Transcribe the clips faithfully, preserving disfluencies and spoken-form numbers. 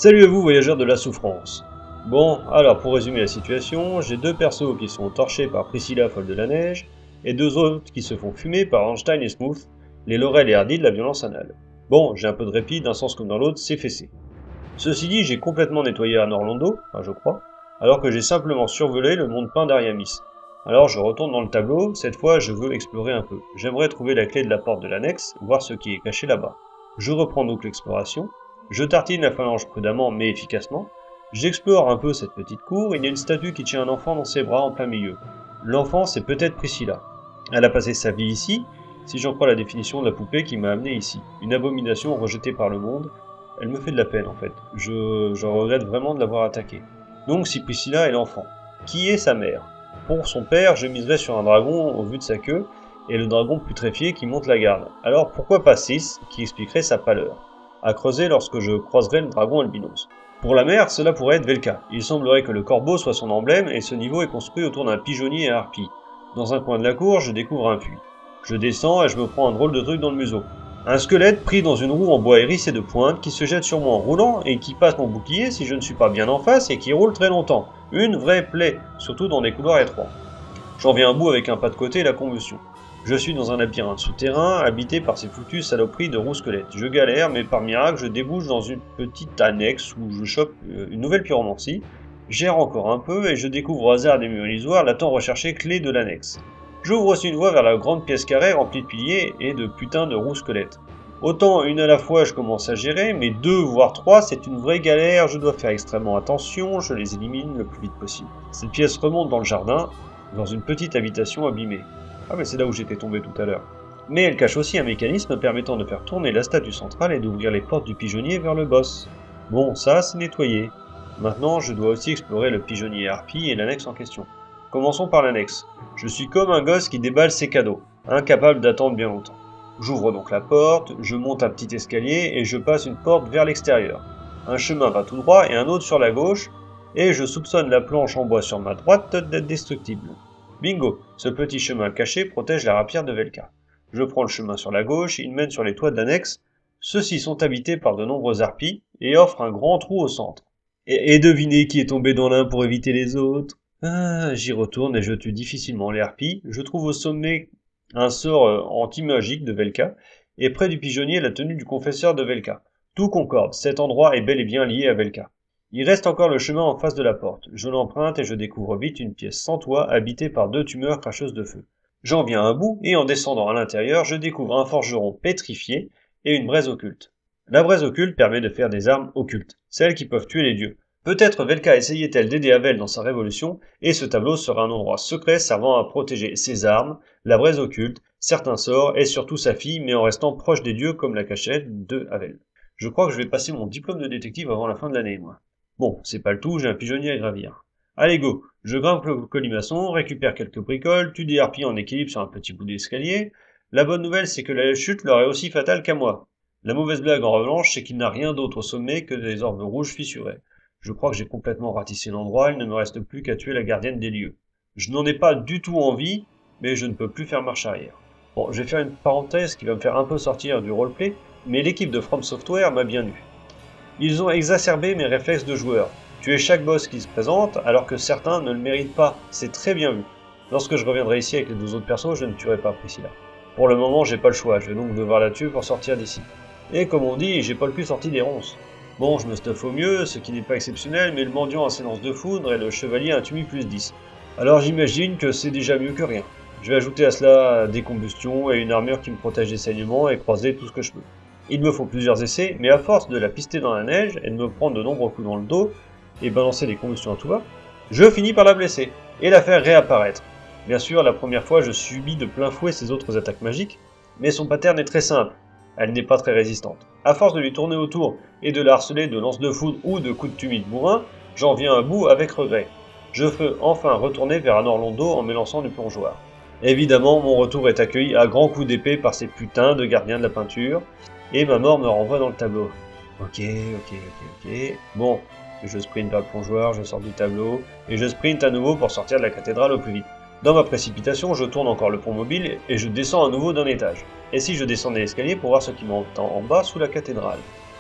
Salut à vous voyageurs de la souffrance. Bon, alors pour résumer la situation, j'ai deux persos qui sont torchés par Priscilla folle de la neige, et deux autres qui se font fumer par Einstein et Smooth, les Laurel et Hardy de la violence anale. Bon, j'ai un peu de répit, d'un sens comme dans l'autre, c'est fessé. Ceci dit, j'ai complètement nettoyé un Orlando, enfin je crois, alors que j'ai simplement survolé le monde peint d'Ariamis. Alors je retourne dans le tableau, cette fois je veux explorer un peu. J'aimerais trouver la clé de la porte de l'annexe, voir ce qui est caché là-bas. Je reprends donc l'exploration. Je tartine la phalange prudemment mais efficacement. J'explore un peu cette petite cour, il y a une statue qui tient un enfant dans ses bras en plein milieu. L'enfant, c'est peut-être Priscilla. Elle a passé sa vie ici, si j'en crois la définition de la poupée qui m'a amené ici. Une abomination rejetée par le monde. Elle me fait de la peine en fait. Je, je regrette vraiment de l'avoir attaquée. Donc si Priscilla est l'enfant, qui est sa mère? Pour son père, je miserais sur un dragon au vu de sa queue, et le dragon putréfié qui monte la garde. Alors pourquoi pas six, qui expliquerait sa pâleur? À creuser lorsque je croiserai le dragon albinos. Pour la mère, cela pourrait être Velka. Il semblerait que le corbeau soit son emblème et ce niveau est construit autour d'un pigeonnier à harpie. Dans un coin de la cour, je découvre un puits. Je descends et je me prends un drôle de truc dans le museau. Un squelette pris dans une roue en bois hérissé de pointe qui se jette sur moi en roulant et qui passe mon bouclier si je ne suis pas bien en face et qui roule très longtemps. Une vraie plaie, surtout dans des couloirs étroits. J'en viens à bout avec un pas de côté et la combustion. Je suis dans un labyrinthe souterrain, habité par ces foutues saloperies de roues squelettes. Je galère, mais par miracle, je débouche dans une petite annexe où je chope une nouvelle pyromancie, gère encore un peu et je découvre au hasard des murs illusoires la tant recherchée clé de l'annexe. J'ouvre aussi une voie vers la grande pièce carrée remplie de piliers et de putains de roues squelettes. Autant une à la fois je commence à gérer, mais deux voire trois c'est une vraie galère, je dois faire extrêmement attention, je les élimine le plus vite possible. Cette pièce remonte dans le jardin, dans une petite habitation abîmée. Ah mais c'est là où j'étais tombé tout à l'heure. Mais elle cache aussi un mécanisme permettant de faire tourner la statue centrale et d'ouvrir les portes du pigeonnier vers le boss. Bon, ça c'est nettoyé. Maintenant je dois aussi explorer le pigeonnier harpie et l'annexe en question. Commençons par l'annexe. Je suis comme un gosse qui déballe ses cadeaux, incapable d'attendre bien longtemps. J'ouvre donc la porte, je monte un petit escalier et je passe une porte vers l'extérieur. Un chemin va tout droit et un autre sur la gauche, et je soupçonne la planche en bois sur ma droite d'être destructible. Bingo, ce petit chemin caché protège la rapière de Velka. Je prends le chemin sur la gauche, il mène sur les toits de l'annexe. Ceux-ci sont habités par de nombreuses harpies et offrent un grand trou au centre. Et, et devinez qui est tombé dans l'un pour éviter les autres? Ah, j'y retourne et je tue difficilement les harpies. Je trouve au sommet un sort euh, anti-magique de Velka, et près du pigeonnier la tenue du confesseur de Velka. Tout concorde, cet endroit est bel et bien lié à Velka. Il reste encore le chemin en face de la porte. Je l'emprunte et je découvre vite une pièce sans toit habitée par deux tumeurs cracheuses de feu. J'en viens à un bout et en descendant à l'intérieur, je découvre un forgeron pétrifié et une braise occulte. La braise occulte permet de faire des armes occultes, celles qui peuvent tuer les dieux. Peut-être Velka essayait-elle d'aider Havel dans sa révolution, et ce tableau sera un endroit secret servant à protéger ses armes, la braise occulte, certains sorts et surtout sa fille, mais en restant proche des dieux comme la cachette de Havel. Je crois que je vais passer mon diplôme de détective avant la fin de l'année, moi. Bon, c'est pas le tout, j'ai un pigeonnier à gravir. Allez go, je grimpe le colimaçon, récupère quelques bricoles, tue des harpies en équilibre sur un petit bout d'escalier. La bonne nouvelle, c'est que la chute leur est aussi fatale qu'à moi. La mauvaise blague en revanche, c'est qu'il n'a rien d'autre au sommet que des orbes rouges fissurés. Je crois que j'ai complètement ratissé l'endroit, il ne me reste plus qu'à tuer la gardienne des lieux. Je n'en ai pas du tout envie, mais je ne peux plus faire marche arrière. Bon, je vais faire une parenthèse qui va me faire un peu sortir du roleplay, mais l'équipe de From Software m'a bien eu. Ils ont exacerbé mes réflexes de joueur. Tuer chaque boss qui se présente, alors que certains ne le méritent pas. C'est très bien vu. Lorsque je reviendrai ici avec les douze autres persos, je ne tuerai pas Priscilla. Pour le moment, j'ai pas le choix, je vais donc devoir la tuer pour sortir d'ici. Et comme on dit, j'ai pas le cul sorti des ronces. Bon, je me stuff au mieux, ce qui n'est pas exceptionnel, mais le mendiant a ses lances de foudre et le chevalier a un tumi plus dix. Alors j'imagine que c'est déjà mieux que rien. Je vais ajouter à cela des combustions et une armure qui me protège des saignements et croiser tout ce que je peux. Il me faut plusieurs essais, mais à force de la pister dans la neige et de me prendre de nombreux coups dans le dos et balancer des combustions à tout va, je finis par la blesser et la faire réapparaître. Bien sûr, la première fois, je subis de plein fouet ses autres attaques magiques, mais son pattern est très simple. Elle n'est pas très résistante. À force de lui tourner autour et de la harceler de lances de foudre ou de coups de tumi de bourrin, j'en viens à bout avec regret. Je peux enfin retourner vers un Orlando en me lançant du plongeoir. Évidemment, mon retour est accueilli à grands coups d'épée par ces putains de gardiens de la peinture, et ma mort me renvoie dans le tableau. Ok, ok, ok, ok. Bon, je sprint vers le plongeoir, je sors du tableau, et je sprint à nouveau pour sortir de la cathédrale au plus vite. Dans ma précipitation, je tourne encore le pont mobile et je descends à nouveau d'un étage. Et si je descendais l'escalier pour voir ce qui m'attend en bas sous la cathédrale?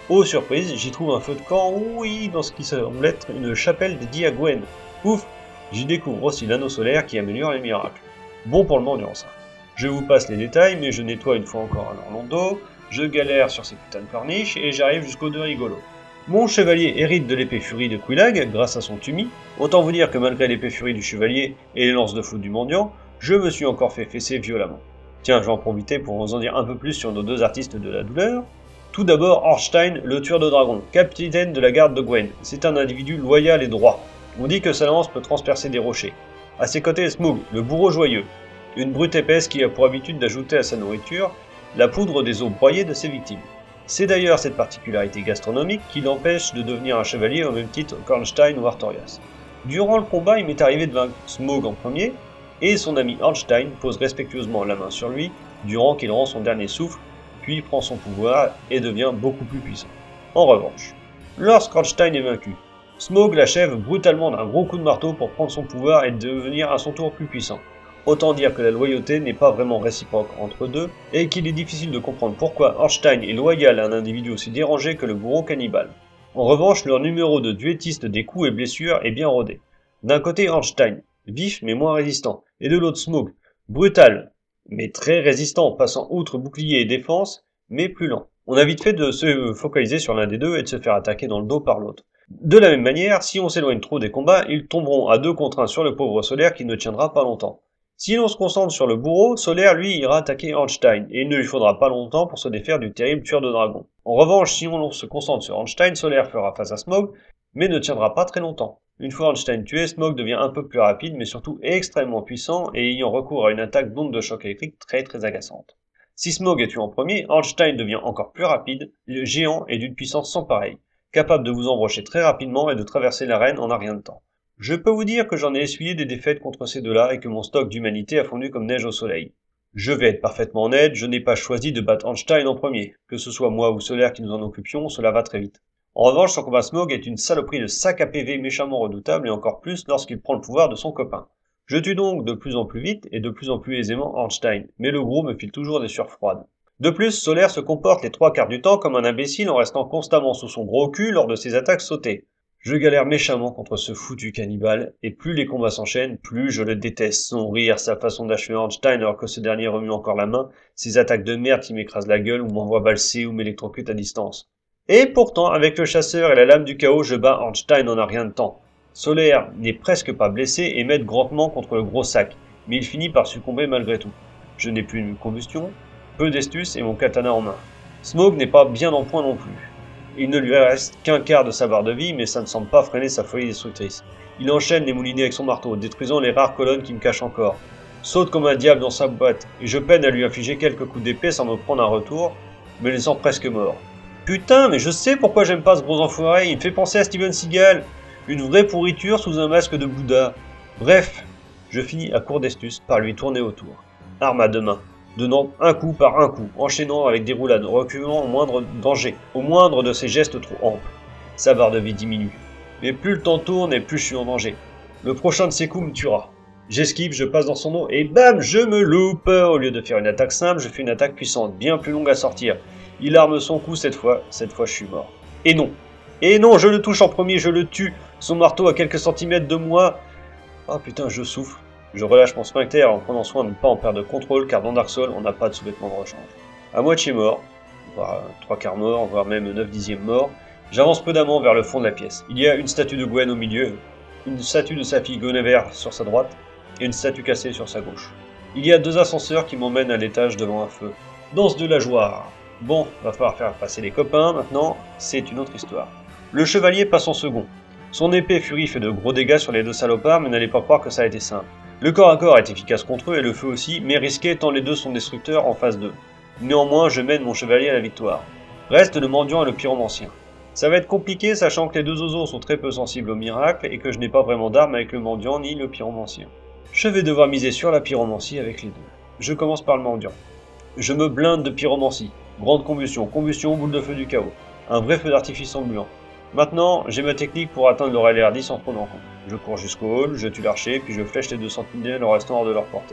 Oh surprise, j'y trouve un feu de camp, oui, dans ce qui semble être une chapelle dédiée à Gwen. Ouf, j'y découvre aussi l'anneau solaire qui améliore les miracles. Bon pour le mendiant ça. Je vous passe les détails, mais je nettoie une fois encore un Orlando, je galère sur ces putains de corniches, et j'arrive jusqu'aux deux rigolos. Mon chevalier hérite de l'épée furie de Quillag grâce à son tumi. Autant vous dire que malgré l'épée furie du chevalier et les lances de foudre du mendiant, je me suis encore fait fesser violemment. Tiens, je vais en profiter pour vous en dire un peu plus sur nos deux artistes de la douleur. Tout d'abord, Ornstein, le tueur de dragons, capitaine de la garde de Gwen. C'est un individu loyal et droit. On dit que sa lance peut transpercer des rochers. À ses côtés, Smough, le bourreau joyeux, une brute épaisse qui a pour habitude d'ajouter à sa nourriture la poudre des os broyés de ses victimes. C'est d'ailleurs cette particularité gastronomique qui l'empêche de devenir un chevalier au même titre qu'Ornstein ou Artorias. Durant le combat, il m'est arrivé de vaincre Smough en premier, et son ami Ornstein pose respectueusement la main sur lui durant qu'il rend son dernier souffle, puis prend son pouvoir et devient beaucoup plus puissant. En revanche, lorsqu'Ornstein est vaincu, Smough l'achève brutalement d'un gros coup de marteau pour prendre son pouvoir et devenir à son tour plus puissant. Autant dire que la loyauté n'est pas vraiment réciproque entre deux, et qu'il est difficile de comprendre pourquoi Ornstein est loyal à un individu aussi dérangé que le bourreau cannibale. En revanche, leur numéro de duettiste des coups et blessures est bien rodé. D'un côté Ornstein, vif mais moins résistant, et de l'autre Smough, brutal, mais très résistant, passant outre bouclier et défense, mais plus lent. On a vite fait de se focaliser sur l'un des deux et de se faire attaquer dans le dos par l'autre. De la même manière, si on s'éloigne trop des combats, ils tomberont à deux contre un sur le pauvre Solaire qui ne tiendra pas longtemps. Si l'on se concentre sur le bourreau, Solaire lui ira attaquer Ornstein, et il ne lui faudra pas longtemps pour se défaire du terrible tueur de dragons. En revanche, si on se concentre sur Ornstein, Solaire fera face à Smough, mais ne tiendra pas très longtemps. Une fois Ornstein tué, Smough devient un peu plus rapide, mais surtout extrêmement puissant, et ayant recours à une attaque d'onde de choc électrique très très agaçante. Si Smough est tué en premier, Ornstein devient encore plus rapide, géant et d'une puissance sans pareille, capable de vous embrocher très rapidement et de traverser l'arène en un rien de temps. Je peux vous dire que j'en ai essuyé des défaites contre ces deux-là et que mon stock d'humanité a fondu comme neige au soleil. Je vais être parfaitement honnête, je n'ai pas choisi de battre Ornstein en premier. Que ce soit moi ou Solaire qui nous en occupions, cela va très vite. En revanche, son combat Smough est une saloperie de sac à P V méchamment redoutable et encore plus lorsqu'il prend le pouvoir de son copain. Je tue donc de plus en plus vite et de plus en plus aisément Ornstein, mais le gros me file toujours des sueurs froides. De plus, Solaire se comporte les trois quarts du temps comme un imbécile en restant constamment sous son gros cul lors de ses attaques sautées. Je galère méchamment contre ce foutu cannibale, et plus les combats s'enchaînent, plus je le déteste. Son rire, sa façon d'achever Ornstein alors que ce dernier remue encore la main, ses attaques de merde qui m'écrasent la gueule ou m'envoient balser ou m'électrocute à distance. Et pourtant, avec le chasseur et la lame du chaos, je bats Ornstein en un rien de temps. Solaire n'est presque pas blessé et m'aide grandement contre le gros sac, mais il finit par succomber malgré tout. Je n'ai plus de combustion, peu d'estus et mon katana en main. Smough n'est pas bien en point non plus. Il ne lui reste qu'un quart de sa barre de vie, mais ça ne semble pas freiner sa folie destructrice. Il enchaîne les moulinets avec son marteau, détruisant les rares colonnes qui me cachent encore. Saute comme un diable dans sa boîte, et je peine à lui infliger quelques coups d'épée sans me prendre un retour, me laissant presque mort. Putain, mais je sais pourquoi j'aime pas ce gros enfoiré, il me fait penser à Steven Seagal. Une vraie pourriture sous un masque de Bouddha. Bref, je finis à court d'estus par lui tourner autour. Arme à deux mains, donnant un coup par un coup, enchaînant avec des roulades, reculant au moindre danger, au moindre de ses gestes trop amples. Sa barre de vie diminue. Mais plus le temps tourne et plus je suis en danger. Le prochain de ses coups me tuera. J'esquive, je passe dans son dos et bam, je me loupe. Au lieu de faire une attaque simple, je fais une attaque puissante, bien plus longue à sortir. Il arme son coup cette fois, cette fois je suis mort. Et non. Et non, je le touche en premier, je le tue. Son marteau à quelques centimètres de moi. Ah putain, je souffle. Je relâche mon sphincter en prenant soin de ne pas en perdre de contrôle, car dans Dark Souls, on n'a pas de sous-vêtements de rechange. À moitié mort, voire trois quarts mort, voire même neuf dixièmes mort, j'avance prudemment vers le fond de la pièce. Il y a une statue de Gwen au milieu, une statue de sa fille Guinevere sur sa droite, et une statue cassée sur sa gauche. Il y a deux ascenseurs qui m'emmènent à l'étage devant un feu. Danse de la joie. Bon, va falloir faire passer les copains, maintenant, c'est une autre histoire. Le chevalier passe en second. Son épée Furie fait de gros dégâts sur les deux salopards, mais n'allez pas croire que ça a été simple. Le corps à corps est efficace contre eux et le feu aussi, mais risqué tant les deux sont destructeurs en phase deux. Néanmoins, je mène mon chevalier à la victoire. Reste le mendiant et le pyromancien. Ça va être compliqué sachant que les deux oiseaux sont très peu sensibles au miracle et que je n'ai pas vraiment d'armes avec le mendiant ni le pyromancien. Je vais devoir miser sur la pyromancie avec les deux. Je commence par le mendiant. Je me blinde de pyromancie. Grande combustion, combustion, boule de feu du chaos. Un vrai feu d'artifice engluant. Maintenant, j'ai ma technique pour atteindre l'Aurel R dix sans trop d'enfants. Je cours jusqu'au hall, je tue l'archer, puis je flèche les deux sentinelles en restant hors de leur portée.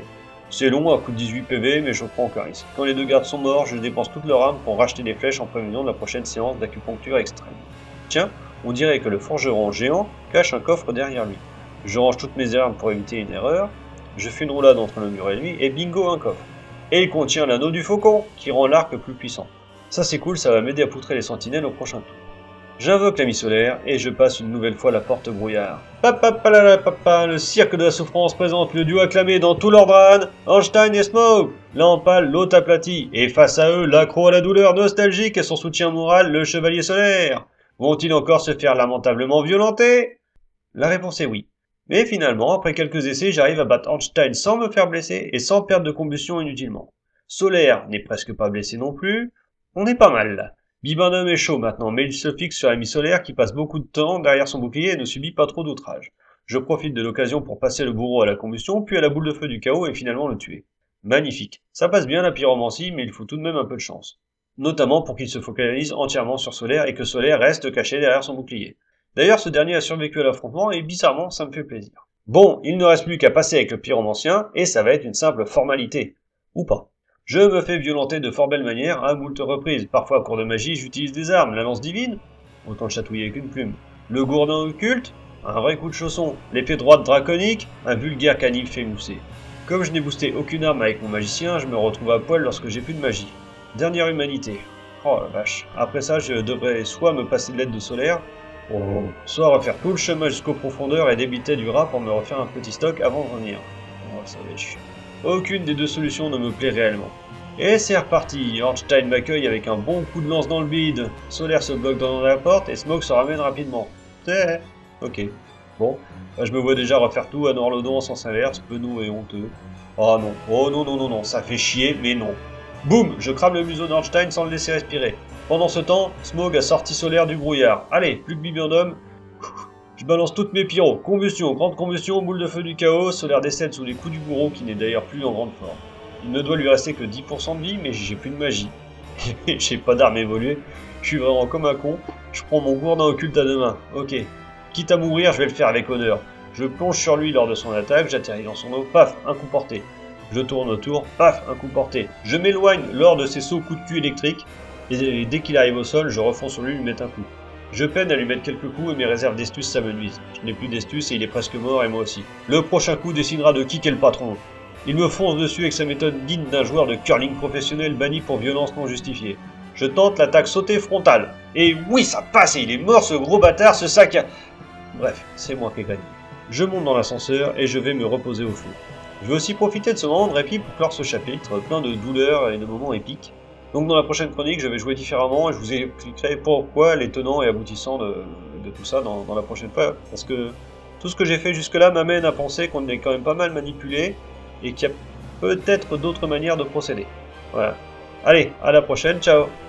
C'est long à coup de dix-huit P V, mais je prends aucun risque. Quand les deux gardes sont morts, je dépense toute leur âme pour racheter des flèches en prévision de la prochaine séance d'acupuncture extrême. Tiens, on dirait que le forgeron géant cache un coffre derrière lui. Je range toutes mes armes pour éviter une erreur, je fais une roulade entre le mur et lui, et bingo, un coffre. Et il contient l'anneau du faucon, qui rend l'arc plus puissant. Ça c'est cool, ça va m'aider à poutrer les sentinelles au prochain tour. J'invoque l'ami solaire et je passe une nouvelle fois la porte brouillard. Papa, papa, papa, le cirque de la souffrance présente le duo acclamé dans tout leur drame, Einstein et Smoke. Là en pâle, l'hôte aplati, et face à eux, l'accro à la douleur nostalgique et son soutien moral, le chevalier solaire. Vont-ils encore se faire lamentablement violenter? La réponse est oui. Mais finalement, après quelques essais, j'arrive à battre Einstein sans me faire blesser et sans perdre de combustion inutilement. Solaire n'est presque pas blessé non plus. On est pas mal là. Bibendum est chaud maintenant, mais il se fixe sur l'ami solaire qui passe beaucoup de temps derrière son bouclier et ne subit pas trop d'outrage. Je profite de l'occasion pour passer le bourreau à la combustion, puis à la boule de feu du chaos et finalement le tuer. Magnifique. Ça passe bien la pyromancie, mais il faut tout de même un peu de chance. Notamment pour qu'il se focalise entièrement sur Solaire et que Solaire reste caché derrière son bouclier. D'ailleurs, ce dernier a survécu à l'affrontement et bizarrement, ça me fait plaisir. Bon, il ne reste plus qu'à passer avec le pyromancien et ça va être une simple formalité. Ou pas. Je me fais violenter de fort belle manière à moult reprises. Parfois, à court de magie, j'utilise des armes. La lance divine, autant le chatouiller avec une plume. Le gourdin occulte, un vrai coup de chausson. L'épée droite draconique, un vulgaire canif fait mousser. Comme je n'ai boosté aucune arme avec mon magicien, je me retrouve à poil lorsque j'ai plus de magie. Dernière humanité. Oh la vache. Après ça, je devrais soit me passer de l'aide de solaire, oh, soit refaire tout le chemin jusqu'aux profondeurs et débiter du rat pour me refaire un petit stock avant de revenir. Oh, ça va être chiant. Aucune des deux solutions ne me plaît réellement. Et c'est reparti, Einstein m'accueille avec un bon coup de lance dans le bide, Solaire se bloque dans la porte et Smoke se ramène rapidement. Eh, ok. Bon, bah, je me vois déjà refaire tout à Norlodon en sens inverse, penaud et honteux. Oh non, oh non non non non, ça fait chier, mais non. Boum, je crame le museau d'Einstein sans le laisser respirer. Pendant ce temps, Smoke a sorti Solaire du brouillard. Allez, plus que Bibendum. Je balance toutes mes pyros. Combustion, grande combustion, boule de feu du chaos, Solaire décède sous les coups du bourreau qui n'est d'ailleurs plus en grande forme. Il ne doit lui rester que dix pour cent de vie, mais j'ai plus de magie. J'ai pas d'arme évoluée. Je suis vraiment comme un con. Je prends mon gourdin occulte à deux mains. Ok. Quitte à mourir, je vais le faire avec honneur. Je plonge sur lui lors de son attaque, j'atterris dans son eau, paf, un coup porté. Je tourne autour, paf, un coup porté. Je m'éloigne lors de ses sauts coups de cul électriques, et dès qu'il arrive au sol, je refonce sur lui lui mettre un coup. Je peine à lui mettre quelques coups et mes réserves d'estus s'amenuisent. Je n'ai plus d'estus et il est presque mort et moi aussi. Le prochain coup décidera de qui qu'est le patron. Il me fonce dessus avec sa méthode digne d'un joueur de curling professionnel banni pour violence non justifiée. Je tente l'attaque sautée frontale. Et oui, ça passe et il est mort ce gros bâtard, ce sac à... Bref, c'est moi qui ai gagné. Je monte dans l'ascenseur et je vais me reposer au feu. Je vais aussi profiter de ce moment de répit pour clore ce chapitre, plein de douleurs et de moments épiques. Donc dans la prochaine chronique, je vais jouer différemment et je vous expliquerai pourquoi les tenants et aboutissants de, de tout ça dans, dans la prochaine fois. Parce que tout ce que j'ai fait jusque-là m'amène à penser qu'on est quand même pas mal manipulé et qu'il y a peut-être d'autres manières de procéder. Voilà. Allez, à la prochaine, ciao!